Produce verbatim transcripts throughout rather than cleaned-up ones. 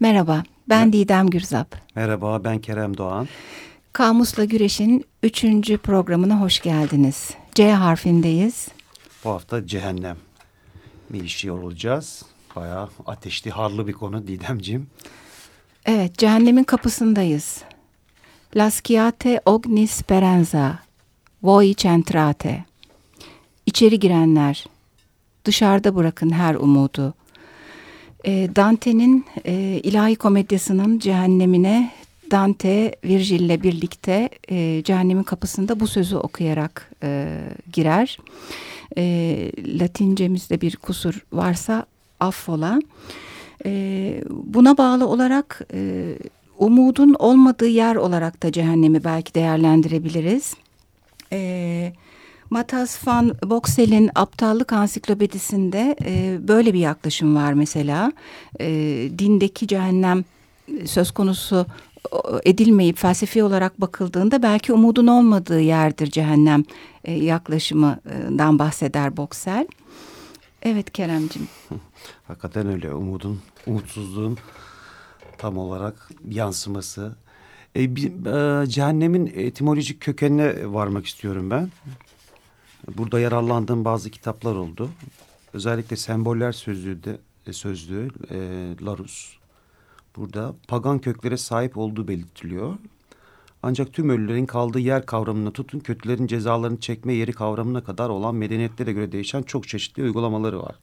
Merhaba, ben Didem Gürzap. Merhaba, ben Kerem Doğan. Kamusla Güreş'in üçüncü programına hoş geldiniz. C harfindeyiz. Bu hafta cehennem bir işiyor olacağız. Bayağı ateşli, harlı bir konu Didemciğim. Evet, cehennemin kapısındayız. Lasciate ogni speranza, voi centrate. İçeri girenler, dışarıda bırakın her umudu. E, Dante'nin e, ilahi komedyasının cehennemine Dante, Virgil'le birlikte e, cehennemin kapısında bu sözü okuyarak e, girer. E, Latincemizde bir kusur varsa affola. E, buna bağlı olarak e, umudun olmadığı yer olarak da cehennemi belki değerlendirebiliriz. E, Matthias van Boxel'in Aptallık Ansiklopedisinde e, böyle bir yaklaşım var mesela. E, dindeki cehennem söz konusu edilmeyip felsefi olarak bakıldığında belki umudun olmadığı yerdir cehennem e, yaklaşımından bahseder Boxel. Evet Keremciğim. Hakikaten öyle, umudun, umutsuzluğun tam olarak yansıması. E, bir, e, cehennemin etimolojik kökenine varmak istiyorum ben. Burada yararlandığım bazı kitaplar oldu. Özellikle semboller sözlüğü de sözlüğü e, Larus. Burada pagan köklere sahip olduğu belirtiliyor. Ancak tüm ölülerin kaldığı yer kavramına tutun, kötülerin cezalarını çekme yeri kavramına kadar olan medeniyetlere göre değişen çok çeşitli uygulamaları var.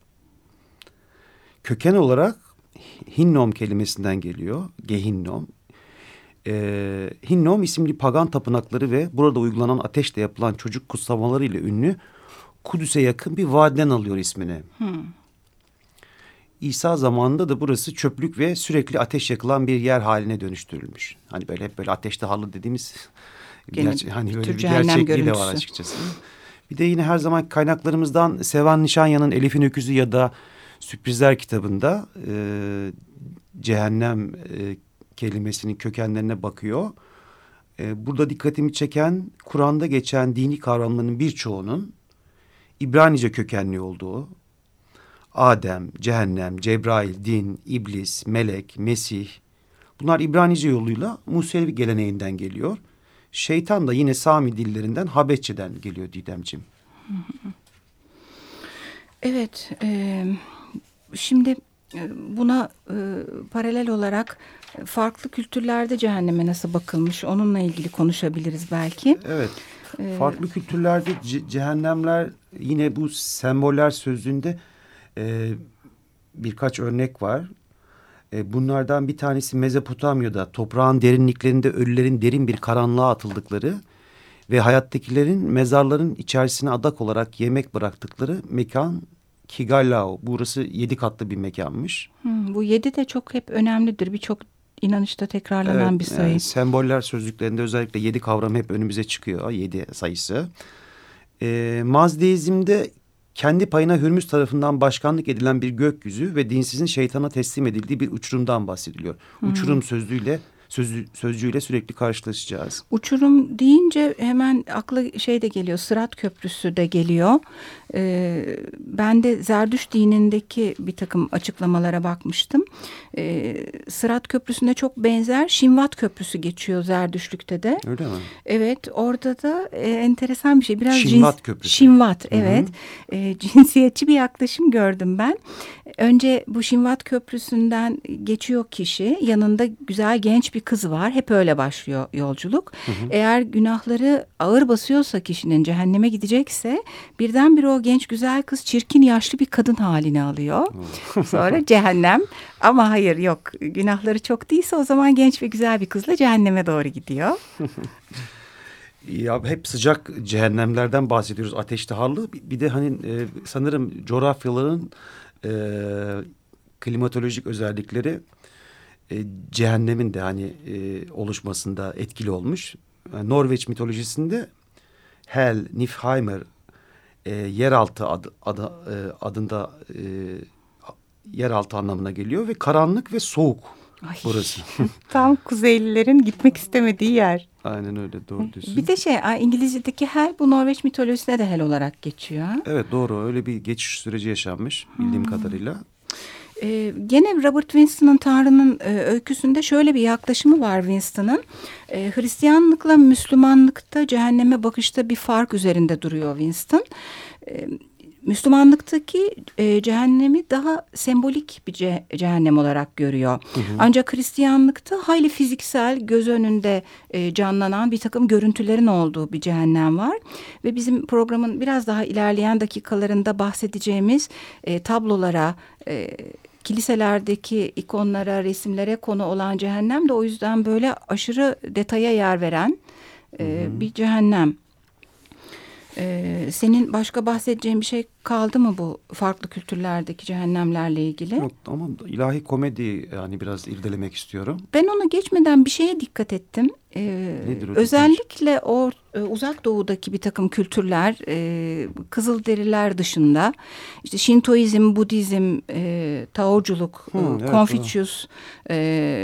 Köken olarak Hinnom kelimesinden geliyor. Gehinnom. Ee, Hinnom isimli pagan tapınakları ve burada uygulanan ateşle yapılan çocuk kutsamaları ile ünlü Kudüs'e yakın bir vadiden alıyor ismini. Hmm. İsa zamanında da burası çöplük ve sürekli ateş yakılan bir yer haline dönüştürülmüş. Hani böyle hep böyle ateşte harlı dediğimiz gerçi, hani böyle bir gerçekliği de var açıkçası. Bir de yine her zaman kaynaklarımızdan Sevan Nişanyan'ın Elif'in Öküzü ya da Sürprizler kitabında e, cehennem e, kelimesinin kökenlerine bakıyor. E, burada dikkatimi çeken Kur'an'da geçen dini kavramların birçoğunun İbranice kökenli olduğu, Adem, cehennem, Cebrail, din, iblis, melek, Mesih, bunlar İbranice yoluyla Musevi geleneğinden geliyor. Şeytan da yine Sami dillerinden Habeççeden geliyor Didemciğim. Evet, e, şimdi buna e, paralel olarak farklı kültürlerde cehenneme nasıl bakılmış onunla ilgili konuşabiliriz belki. Evet, farklı ee, kültürlerde ce- cehennemler yine bu semboller sözlüğünde e, birkaç örnek var. E, bunlardan bir tanesi Mezopotamya'da toprağın derinliklerinde ölülerin derin bir karanlığa atıldıkları ve hayattakilerin mezarların içerisine adak olarak yemek bıraktıkları mekan Kigalao. Burası yedi katlı bir mekanmış. Hmm, bu yedi de çok hep önemlidir. Birçok inanışta tekrarlanan evet, bir sayı. Yani semboller sözlüklerinde özellikle yedi kavram hep önümüze çıkıyor. Yedi sayısı. E, Mazdeizm'de kendi payına Hürmüz tarafından başkanlık edilen bir gökyüzü ve dinsizin şeytana teslim edildiği bir uçurumdan bahsediliyor. Hmm. Uçurum sözlüğüyle sözlü, sözcüğüyle sürekli karşılaşacağız. Uçurum deyince hemen akla şey de geliyor, Sırat Köprüsü de geliyor. Ee, ben de Zerdüşt dinindeki bir takım açıklamalara bakmıştım. Ee, Sırat Köprüsü'ne çok benzer Şinvat Köprüsü geçiyor Zerdüştlükte de. Öyle mi? Evet, orada da e, enteresan bir şey. Biraz Şinvat cins, Köprüsü. Şinvat, evet. E, cinsiyetçi bir yaklaşım gördüm ben. Önce bu Şinvat Köprüsü'nden geçiyor kişi. Yanında güzel genç bir kız var. Hep öyle başlıyor yolculuk. Hı hı. Eğer günahları ağır basıyorsa kişinin cehenneme gidecekse birdenbire o genç güzel kız çirkin yaşlı bir kadın halini alıyor. Sonra cehennem. Ama hayır yok, günahları çok değilse o zaman genç ve güzel bir kızla cehenneme doğru gidiyor. Ya hep sıcak cehennemlerden bahsediyoruz, ateşli harlı. Bir de hani e, sanırım coğrafyaların e, klimatolojik özellikleri e, cehennemin de hani e, oluşmasında etkili olmuş. Yani Norveç mitolojisinde Hel, Niflheimr e, yeraltı adı, adı, e, adında e, yeraltı anlamına geliyor ve karanlık ve soğuk. Ay, burası. Tam Kuzeylilerin gitmek istemediği yer. Aynen öyle, doğru diyorsun. Bir de şey, İngilizce'deki Hel bu Norveç mitolojisine de Hel olarak geçiyor. Evet, doğru, öyle bir geçiş süreci yaşanmış bildiğim hmm. kadarıyla. Ee, gene Robert Winston'ın Tanrı'nın e, öyküsünde şöyle bir yaklaşımı var Winston'ın. E, Hristiyanlıkla Müslümanlıkta cehenneme bakışta bir fark üzerinde duruyor Winston. E, Müslümanlıktaki e, cehennemi daha sembolik bir ce cehennem olarak görüyor. Hı hı. Ancak Hristiyanlıkta hayli fiziksel, göz önünde e, canlanan bir takım görüntülerin olduğu bir cehennem var. Ve bizim programın biraz daha ilerleyen dakikalarında bahsedeceğimiz e, tablolara, e, kiliselerdeki ikonlara, resimlere konu olan cehennem de o yüzden böyle aşırı detaya yer veren e, hı hı. bir cehennem. Ee, senin başka bahsedeceğin bir şey kaldı mı bu farklı kültürlerdeki cehennemlerle ilgili? Yok, ama ilahi komedi yani biraz irdelemek istiyorum. Ben onu geçmeden bir şeye dikkat ettim. Ee, Nedir o? Özellikle o e, uzak doğudaki bir takım kültürler, e, Kızılderililer dışında, işte Şintoizm, Budizm, e, Taoculuk, Hı, e, evet, Konfüçyüs e,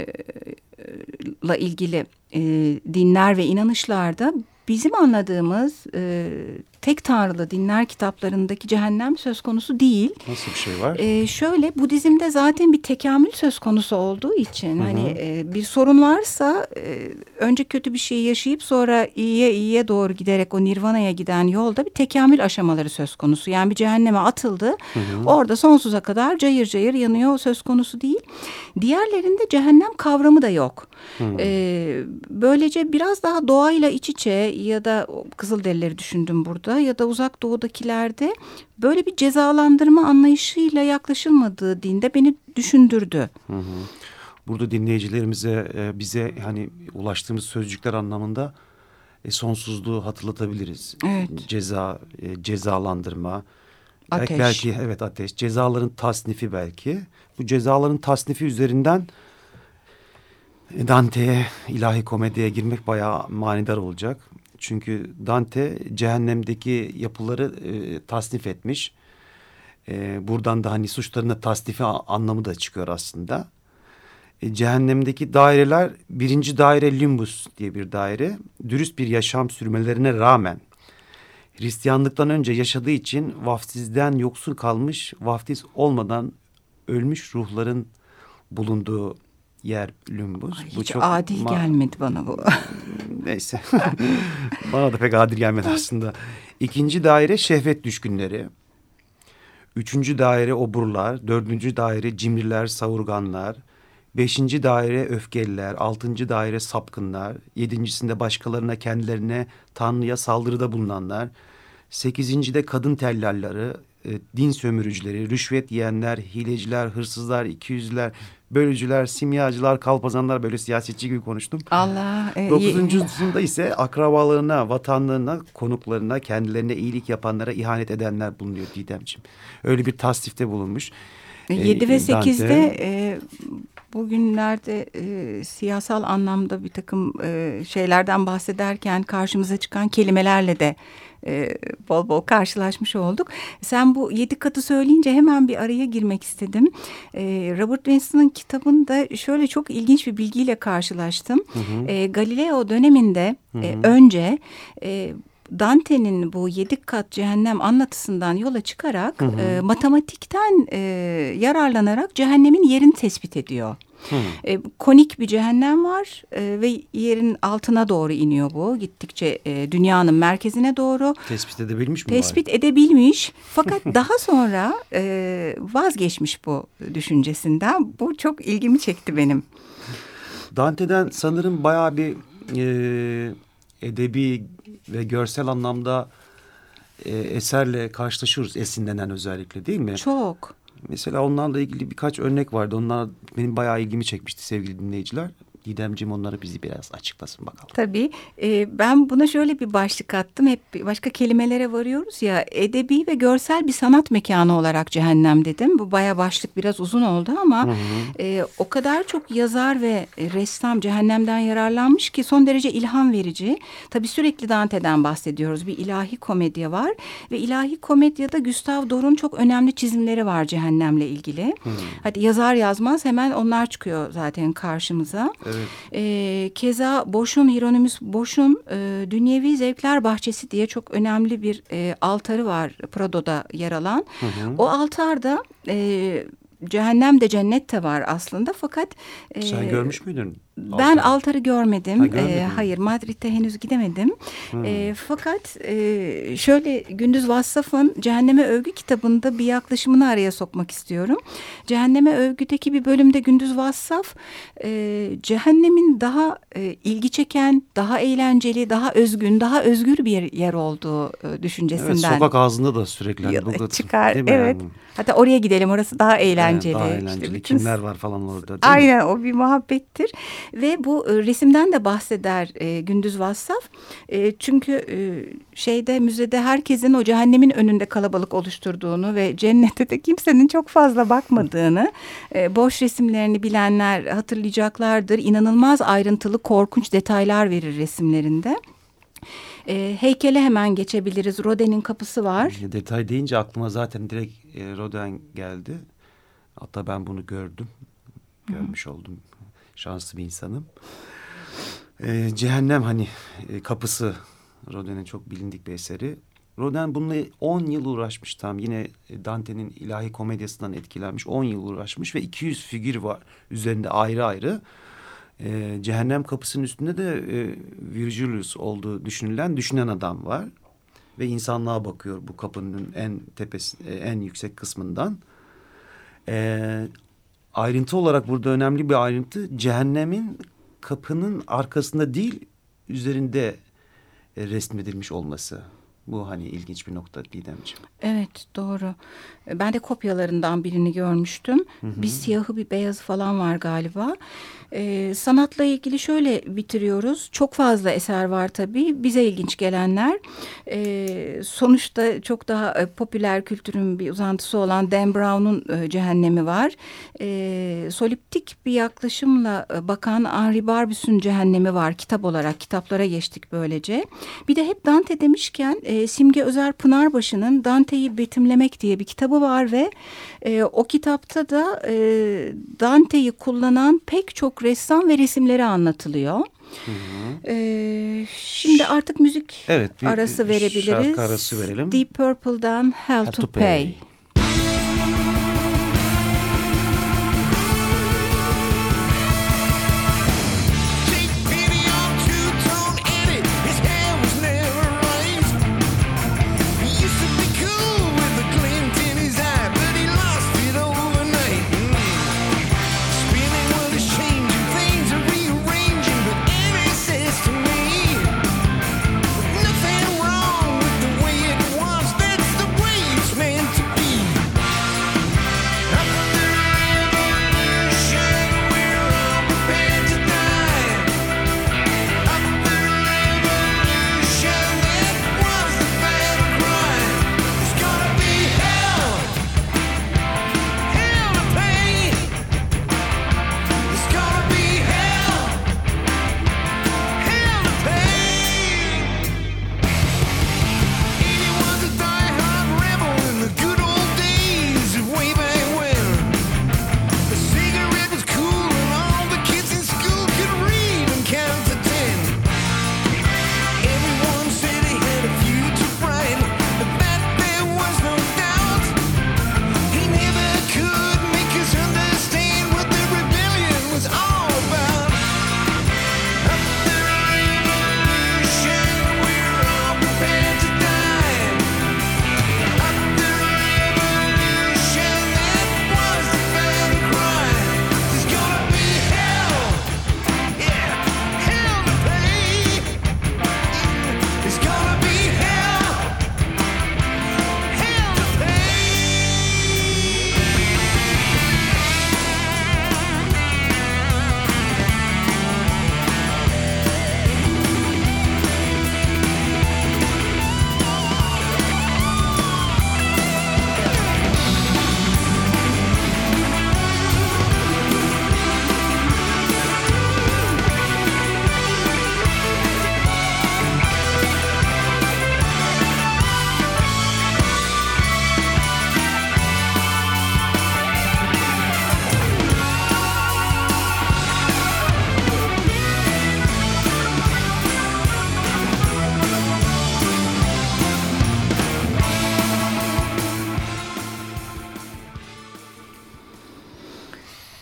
la ilgili e, dinler ve inanışlarda bizim anladığımız e, tek tanrılı dinler kitaplarındaki cehennem söz konusu değil. Nasıl bir şey var? E, şöyle, Budizm'de zaten bir tekamül söz konusu olduğu için, hı hı. hani e, bir sorun varsa e, önce kötü bir şey yaşayıp sonra iyiye iyiye doğru giderek o nirvana'ya giden yolda bir tekamül aşamaları söz konusu. Yani bir cehenneme atıldı, hı hı. orada sonsuza kadar cayır cayır yanıyor söz konusu değil. Diğerlerinde cehennem kavramı da yok. E, böylece biraz daha doğayla iç içe, ya da Kızılderilileri düşündüm burada, ya da uzak doğudakilerde böyle bir cezalandırma anlayışıyla yaklaşılmadığı dinde beni düşündürdü. Hı hı. Burada dinleyicilerimize e, bize hani ulaştığımız sözcükler anlamında e, sonsuzluğu hatırlatabiliriz. Evet. Ceza, e, cezalandırma. Ateş. Belki, belki evet ateş. Cezaların tasnifi belki. Bu cezaların tasnifi üzerinden Dante'ye, ilahi komediye girmek bayağı manidar olacak. Çünkü Dante cehennemdeki yapıları e, tasnif etmiş. E, buradan da hani suçların da tasnifi anlamı da çıkıyor aslında. E, cehennemdeki daireler, birinci daire limbus diye bir daire. Dürüst bir yaşam sürmelerine rağmen Hristiyanlıktan önce yaşadığı için vaftizden yoksun kalmış, vaftiz olmadan ölmüş ruhların bulunduğu yer limbus. Ay, bu hiç çok adil gelmedi bana bu. Neyse. Bana da pek adil gelmedi aslında. İkinci daire şehvet düşkünleri. Üçüncü daire oburlar. Dördüncü daire cimriler, savurganlar. Beşinci daire öfkeliler. Altıncı daire sapkınlar. Yedincisinde başkalarına, kendilerine, Tanrı'ya saldırıda bulunanlar. Sekizincide kadın tellalları, e, din sömürücüleri, rüşvet yiyenler, hileciler, hırsızlar, ikiyüzlüler, bölücüler, simyacılar, kalpazanlar, böyle siyasetçi gibi konuştum. Allah. E, Dokuzuncusunda ise akrabalarına, vatanlarına, konuklarına, kendilerine iyilik yapanlara ihanet edenler bulunuyor Didemciğim. Öyle bir tasnifte bulunmuş. Yedi e, ve sekizde e, bugünlerde e, siyasal anlamda bir takım e, şeylerden bahsederken karşımıza çıkan kelimelerle de e, bol bol karşılaşmış olduk. Sen bu yedi katı söyleyince hemen bir araya girmek istedim. E, Robert Winston'ın kitabında şöyle çok ilginç bir bilgiyle karşılaştım. Hı hı. E, Galileo döneminde hı hı. E, önce... E, Dante'nin bu yedi kat cehennem anlatısından yola çıkarak hı hı. E, matematikten e, yararlanarak cehennemin yerini tespit ediyor. E, konik bir cehennem var e, ve yerin altına doğru iniyor bu. Gittikçe e, dünyanın merkezine doğru. Tespit edebilmiş mi? Tespit bari? edebilmiş. Fakat daha sonra e, vazgeçmiş bu düşüncesinden. Bu çok ilgimi çekti benim. Dante'den sanırım bayağı bir... E... edebi ve görsel anlamda e, eserle karşılaşıyoruz, esinlenen özellikle, değil mi? Çok. Mesela onlarla ilgili birkaç örnek vardı. Onlar benim bayağı ilgimi çekmişti sevgili dinleyiciler. Didemciğim onları bizi biraz açıklasın bakalım. Tabii. E, ben buna şöyle bir başlık attım. Hep başka kelimelere varıyoruz ya. Edebi ve görsel bir sanat mekanı olarak cehennem dedim. Bu bayağı başlık biraz uzun oldu ama hı hı. E, o kadar çok yazar ve ressam cehennemden yararlanmış ki son derece ilham verici. Tabii sürekli Dante'den bahsediyoruz. Bir ilahi komedya var ve ilahi komedyada Gustave Dort'un çok önemli çizimleri var cehennemle ilgili. Hı. Hadi yazar yazmaz hemen onlar çıkıyor zaten karşımıza. Evet. E, keza Bosch'un, Hieronymus Bosch'un e, Dünyevi Zevkler Bahçesi diye çok önemli bir e, altarı var Prado'da yer alan. Hı hı. O altarda e, cehennem de cennet de var aslında fakat... Sen e, görmüş müydün? Ben Altar'ı, Altar'ı görmedim. Ha, ee, hayır, Madrid'de henüz gidemedim. Hmm. E, fakat e, şöyle Gündüz Vassaf'ın Cehenneme Övgü kitabında bir yaklaşımını araya sokmak istiyorum. Cehenneme Övgü'deki bir bölümde Gündüz Vassaf e, cehennemin daha e, ilgi çeken, daha eğlenceli, daha özgün, daha özgür bir yer olduğu e, düşüncesinden. Evet, sokak ağzında da sürekli. Ya, bu çıkar. Evet. Yani? Hatta oraya gidelim, orası daha eğlenceli. Yani daha eğlenceli. İşte bütün... Kimler var falan orada, değil Aynen mi? O bir muhabbettir. Ve bu e, resimden de bahseder e, Gündüz Vassaf. E, çünkü e, şeyde müzede herkesin o cehennemin önünde kalabalık oluşturduğunu ve cennette de kimsenin çok fazla bakmadığını, e, boş resimlerini bilenler hatırlayacaklardır. İnanılmaz ayrıntılı, korkunç detaylar verir resimlerinde. E, heykele hemen geçebiliriz. Rodin'in kapısı var. Detay deyince aklıma zaten direkt e, Rodin geldi. Hatta ben bunu gördüm. Görmüş Hı-hı. oldum. Şanslı bir insanım. E, cehennem hani e, kapısı Rodin'in çok bilindik bir eseri. Rodin bununla on yıl uğraşmış tam. Yine Dante'nin ilahi komedyasından etkilenmiş. on yıl uğraşmış ve iki yüz figür var üzerinde ayrı ayrı. E, cehennem kapısının üstünde de e, Virgilius olduğu düşünülen düşünen adam var. Ve insanlığa bakıyor bu kapının en tepesi, en yüksek kısmından. E, ayrıntı olarak burada önemli bir ayrıntı. Cehennemin kapının arkasında değil, üzerinde e, resmedilmiş olması. Bu hani ilginç bir nokta Didemciğim. Evet, doğru. Ben de kopyalarından birini görmüştüm. Hı hı. Bir siyahı bir beyazı falan var galiba. Ee, sanatla ilgili şöyle bitiriyoruz. Çok fazla eser var tabii. Bize ilginç gelenler. Ee, sonuçta çok daha e, popüler kültürün bir uzantısı olan Dan Brown'un e, Cehennemi var. E, soliptik bir yaklaşımla e, bakan Henri Barbus'un Cehennemi var. Kitap olarak kitaplara geçtik böylece. Bir de hep Dante demişken e, Simge Özer Pınarbaşı'nın Dante'yi Betimlemek diye bir kitabı var ve e, o kitapta da e, Dante'yi kullanan pek çok ressam ve resimleri anlatılıyor. Hı hı. E, şimdi artık müzik evet, bir, arası verebiliriz. Şarkı arası verelim. Deep Purple'dan Hell to, to Pay. Pay. To be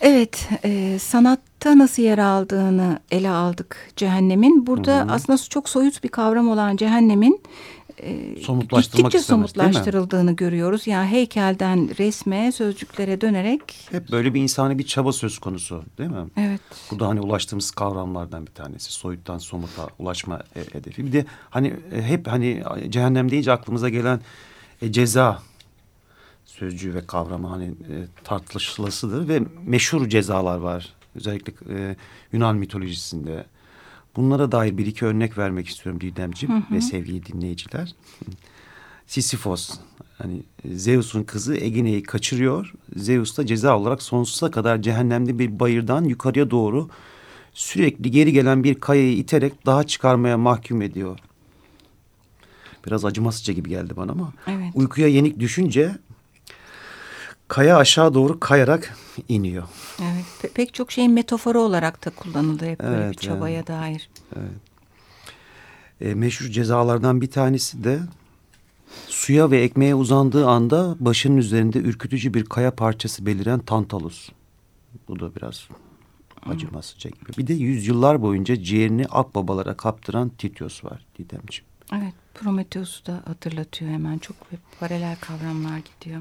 Evet, e, sanatta nasıl yer aldığını ele aldık cehennemin. Burada Hı hı. aslında çok soyut bir kavram olan cehennemin e, Somutlaştırmak gittikçe istemez, değil mi? somutlaştırıldığını görüyoruz. Yani heykelden resme, sözcüklere dönerek. Hep böyle bir insani bir çaba söz konusu, değil mi? Evet. Bu da hani ulaştığımız kavramlardan bir tanesi. Soyuttan somuta ulaşma e, hedefi. Bir de hani e, hep hani cehennem deyince aklımıza gelen e, ceza sözcüğü ve kavramı hani e, tartışılasıdır ve meşhur cezalar var. Özellikle e, Yunan mitolojisinde. Bunlara dair bir iki örnek vermek istiyorum Didemciğim Hı hı. ve sevgili dinleyiciler. Sisyphos, hani Zeus'un kızı Egine'yi kaçırıyor. Zeus da ceza olarak sonsuza kadar cehennemde bir bayırdan yukarıya doğru sürekli geri gelen bir kayayı iterek dağa çıkarmaya mahkum ediyor. Biraz acımasızca gibi geldi bana ama Evet. uykuya yenik düşünce kaya aşağı doğru kayarak iniyor. Evet. Pe- pek çok şeyin metaforu olarak da kullanıldı hep böyle Evet, bir çabaya evet. dair. Evet. E, meşhur cezalardan bir tanesi de suya ve ekmeğe uzandığı anda başının üzerinde ürkütücü bir kaya parçası beliren Tantalus. Bu da biraz acımasızca gibi. Bir de yüzyıllar boyunca ciğerini akbabalara kaptıran Tityos var Didemciğim. Evet, Prometheus'u da hatırlatıyor hemen. Çok paralel kavramlar gidiyor.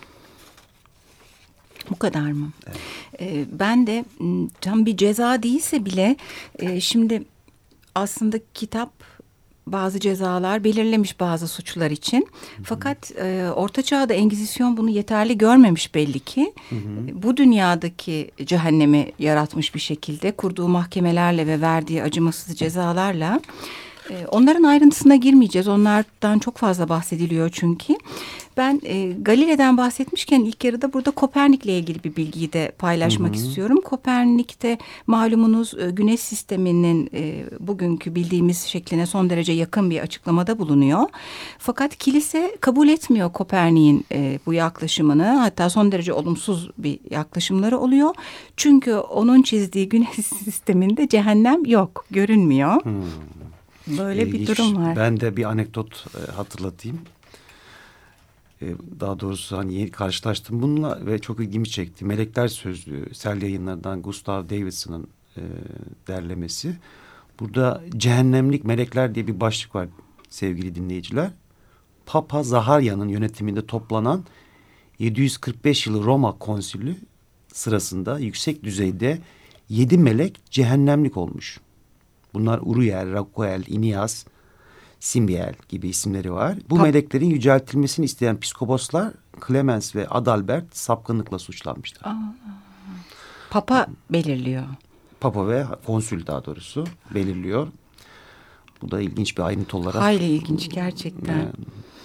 Bu kadar mı? Evet. Ee, ben de m, tam bir ceza değilse bile e, şimdi aslında kitap bazı cezalar belirlemiş bazı suçlar için. Hı hı. Fakat e, Orta Çağ'da Engizisyon bunu yeterli görmemiş belli ki. Hı hı. Bu dünyadaki cehennemi yaratmış bir şekilde kurduğu mahkemelerle ve verdiği acımasız cezalarla. Onların ayrıntısına girmeyeceğiz. Onlardan çok fazla bahsediliyor çünkü. Ben e, Galile'den bahsetmişken ilk yarıda burada Kopernik'le ilgili bir bilgiyi de paylaşmak hı hı. istiyorum. Kopernik'te malumunuz e, güneş sisteminin e, bugünkü bildiğimiz şekline son derece yakın bir açıklamada bulunuyor. Fakat kilise kabul etmiyor Kopernik'in e, bu yaklaşımını. Hatta son derece olumsuz bir yaklaşımları oluyor. Çünkü onun çizdiği güneş sisteminde cehennem yok, görünmüyor. Hmm. Böyle İlginç. bir durum var. Ben de bir anekdot e, hatırlatayım. E, daha doğrusu hani yeni karşılaştım bununla ve çok ilgimi çekti. Melekler Sözlüğü, Sel Yayınları'ndan Gustav Davidson'ın e, derlemesi. Burada cehennemlik melekler diye bir başlık var sevgili dinleyiciler. Papa Zaharya'nın yönetiminde toplanan yedi yüz kırk beş yılı Roma konsülü sırasında yüksek düzeyde yedi melek cehennemlik olmuş. Bunlar Uriel, Raguel, Inias, Simbiel gibi isimleri var. Bu Pap meleklerin yüceltilmesini isteyen psikoposlar Clemens ve Adalbert sapkınlıkla suçlanmışlar. Aa, Papa belirliyor. Papa ve konsül daha doğrusu belirliyor. Bu da ilginç bir ayrıntı olarak. Hayli ilginç gerçekten. Yani.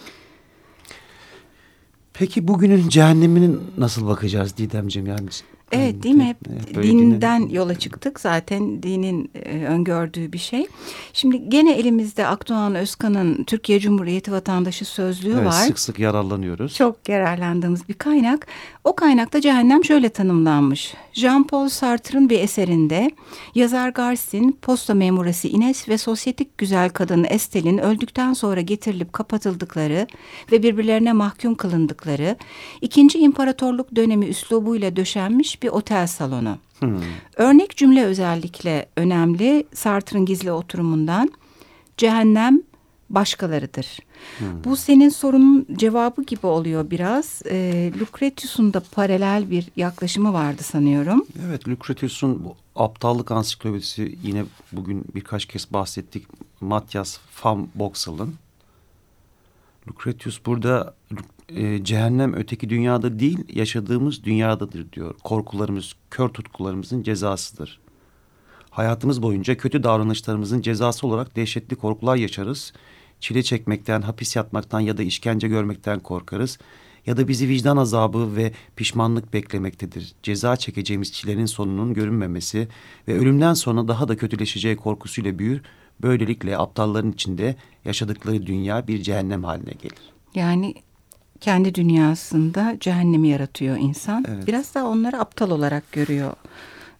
Peki bugünün cehenneminin nasıl bakacağız Didemciğim? Yani evet değil mi? Hep dinden dine... yola çıktık. Zaten dinin e, öngördüğü bir şey. Şimdi gene elimizde Akdoğan Özkan'ın Türkiye Cumhuriyeti Vatandaşı Sözlüğü evet, var. Sık sık yararlanıyoruz. Çok yararlandığımız bir kaynak. O kaynakta cehennem şöyle tanımlanmış. Jean-Paul Sartre'ın bir eserinde yazar Garcin, posta memurası Ines ve sosyetik güzel kadın Estel'in öldükten sonra getirilip kapatıldıkları ve birbirlerine mahkum kılındıkları ikinci İmparatorluk dönemi üslubuyla döşenmiş bir otel salonu. Hmm. Örnek cümle özellikle önemli. Sartre'ın gizli oturumundan cehennem başkalarıdır. Hmm. Bu senin sorunun cevabı gibi oluyor biraz. E, Lucretius'un da paralel bir yaklaşımı vardı sanıyorum. Evet, Lucretius'un bu aptallık ansiklopedisi yine bugün birkaç kez bahsettik. Matthias van Boxel'ın. Lucretius burada e, cehennem öteki dünyada değil yaşadığımız dünyadadır diyor. Korkularımız, kör tutkularımızın cezasıdır. Hayatımız boyunca kötü davranışlarımızın cezası olarak dehşetli korkular yaşarız. Çile çekmekten, hapis yatmaktan ya da işkence görmekten korkarız. Ya da bizi vicdan azabı ve pişmanlık beklemektedir. Ceza çekeceğimiz çilenin sonunun görünmemesi ve ölümden sonra daha da kötüleşeceği korkusuyla büyür. Böylelikle aptalların içinde yaşadıkları dünya bir cehennem haline gelir. Yani kendi dünyasında cehennemi yaratıyor insan. Evet. Biraz da onları aptal olarak görüyor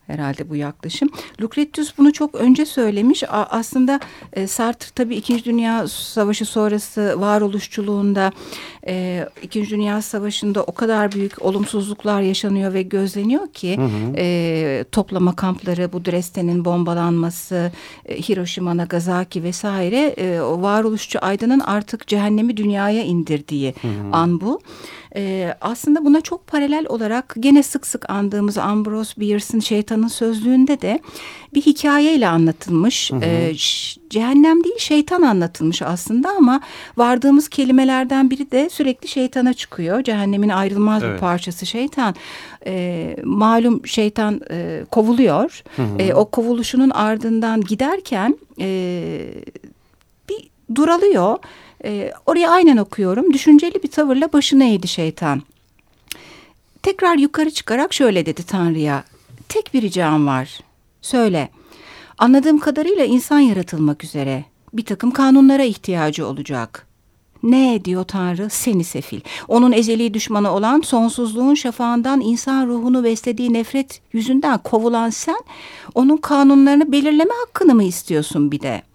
herhalde bu yaklaşım. Lucretius bunu çok önce söylemiş. A- aslında e, Sartre tabii İkinci Dünya Savaşı sonrası varoluşçuluğunda, e, İkinci Dünya Savaşı'nda o kadar büyük olumsuzluklar yaşanıyor ve gözleniyor ki, hı hı. E, toplama kampları, bu Dresden'in bombalanması, e, Hiroşima, Nagasaki vesaire, e, o varoluşçu aydının artık cehennemi dünyaya indirdiği hı hı. an bu. Ee, aslında buna çok paralel olarak gene sık sık andığımız Ambrose Bierce'ın Şeytanın Sözlüğü'nde de bir hikayeyle anlatılmış. Hı hı. Ee, cehennem değil, şeytan anlatılmış aslında, ama vardığımız kelimelerden biri de sürekli şeytana çıkıyor. Cehennemin ayrılmaz evet. bir parçası şeytan. Ee, malum şeytan e, kovuluyor. Hı hı. E, o kovuluşunun ardından giderken e, bir duralıyor. Ee, oraya aynen okuyorum. Düşünceli bir tavırla başını eğdi şeytan. Tekrar yukarı çıkarak şöyle dedi Tanrı'ya. Tek bir ricam var. Söyle. Anladığım kadarıyla insan yaratılmak üzere. Bir takım kanunlara ihtiyacı olacak. Ne diyor Tanrı? Seni sefil. Onun ezeli düşmanı olan, sonsuzluğun şafağından insan ruhunu beslediği nefret yüzünden kovulan sen, onun kanunlarını belirleme hakkını mı istiyorsun bir de?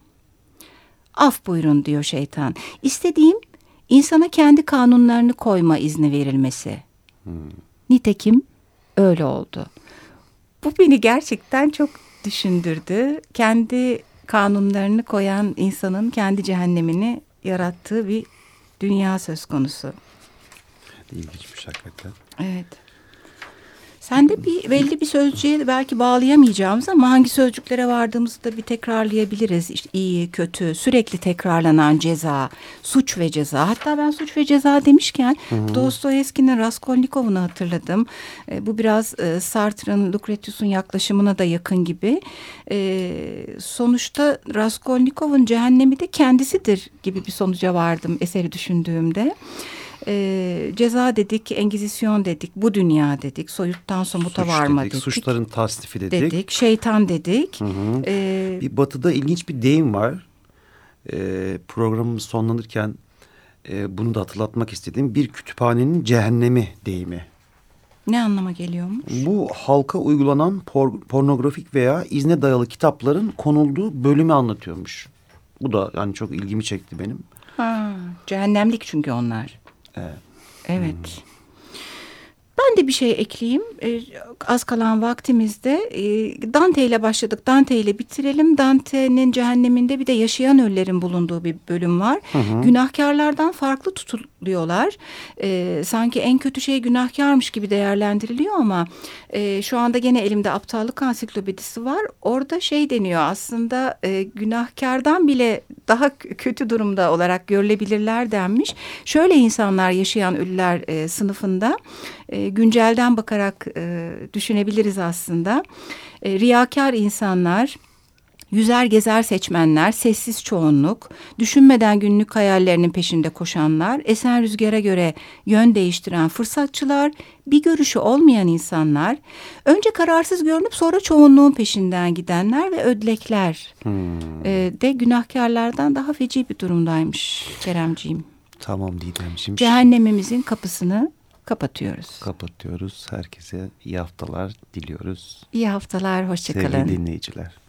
Af buyurun diyor şeytan. İstediğim insana kendi kanunlarını koyma izni verilmesi. Hmm. Nitekim öyle oldu. Bu beni gerçekten çok düşündürdü. Kendi kanunlarını koyan insanın kendi cehennemini yarattığı bir dünya söz konusu. İlginçmiş hakikaten. Evet. Sen de bir belli bir sözcüğe belki bağlayamayacağımız ama hangi sözcüklere vardığımızı da bir tekrarlayabiliriz. İşte iyi, kötü, sürekli tekrarlanan ceza, suç ve ceza. Hatta ben suç ve ceza demişken Dostoyevski'nin Raskolnikov'unu hatırladım. E, bu biraz e, Sartre'ın, Lucretius'un yaklaşımına da yakın gibi. E, sonuçta Raskolnikov'un cehennemi de kendisidir gibi bir sonuca vardım eseri düşündüğümde. E, ceza dedik, Engizisyon dedik, bu dünya dedik, soyuttan somuta Suç varma dedik, dedik. Suçların tasnifi dedik. dedik. Şeytan dedik. Hı hı. E, bir Batı'da ilginç bir deyim var. E, programımız sonlanırken e, bunu da hatırlatmak istediğim bir kütüphanenin cehennemi deyimi. Ne anlama geliyormuş? Bu halka uygulanan por, pornografik veya izne dayalı kitapların konulduğu bölümü anlatıyormuş. Bu da yani çok ilgimi çekti benim. Ha, cehennemlik çünkü onlar. Evet. Evet. Hmm. Ben de bir şey ekleyeyim. Ee, az kalan vaktimizde e, Dante ile başladık. Dante ile bitirelim. Dante'nin cehenneminde bir de yaşayan ölülerin bulunduğu bir bölüm var. Hı hı. Günahkarlardan farklı tutuluyorlar. Ee, sanki en kötü şey günahkarmış gibi değerlendiriliyor ama e, şu anda gene elimde Aptallık Ansiklopedisi var. Orada şey deniyor aslında, e, günahkardan bile daha kötü durumda olarak görülebilirler denmiş. Şöyle insanlar yaşayan ölüler e, sınıfında e, güncelden bakarak e, düşünebiliriz aslında. E, riyakar insanlar, yüzer gezer seçmenler, sessiz çoğunluk, düşünmeden günlük hayallerinin peşinde koşanlar, esen rüzgara göre yön değiştiren fırsatçılar, bir görüşü olmayan insanlar, önce kararsız görünüp sonra çoğunluğun peşinden gidenler ve ödlekler hmm. e, de günahkarlardan daha feci bir durumdaymış Keremciğim. Tamam Didemciğim. Cehennemimizin kapısını kapatıyoruz. Kapatıyoruz. Herkese iyi haftalar diliyoruz. İyi haftalar, hoşça kalın. Sevgili dinleyiciler.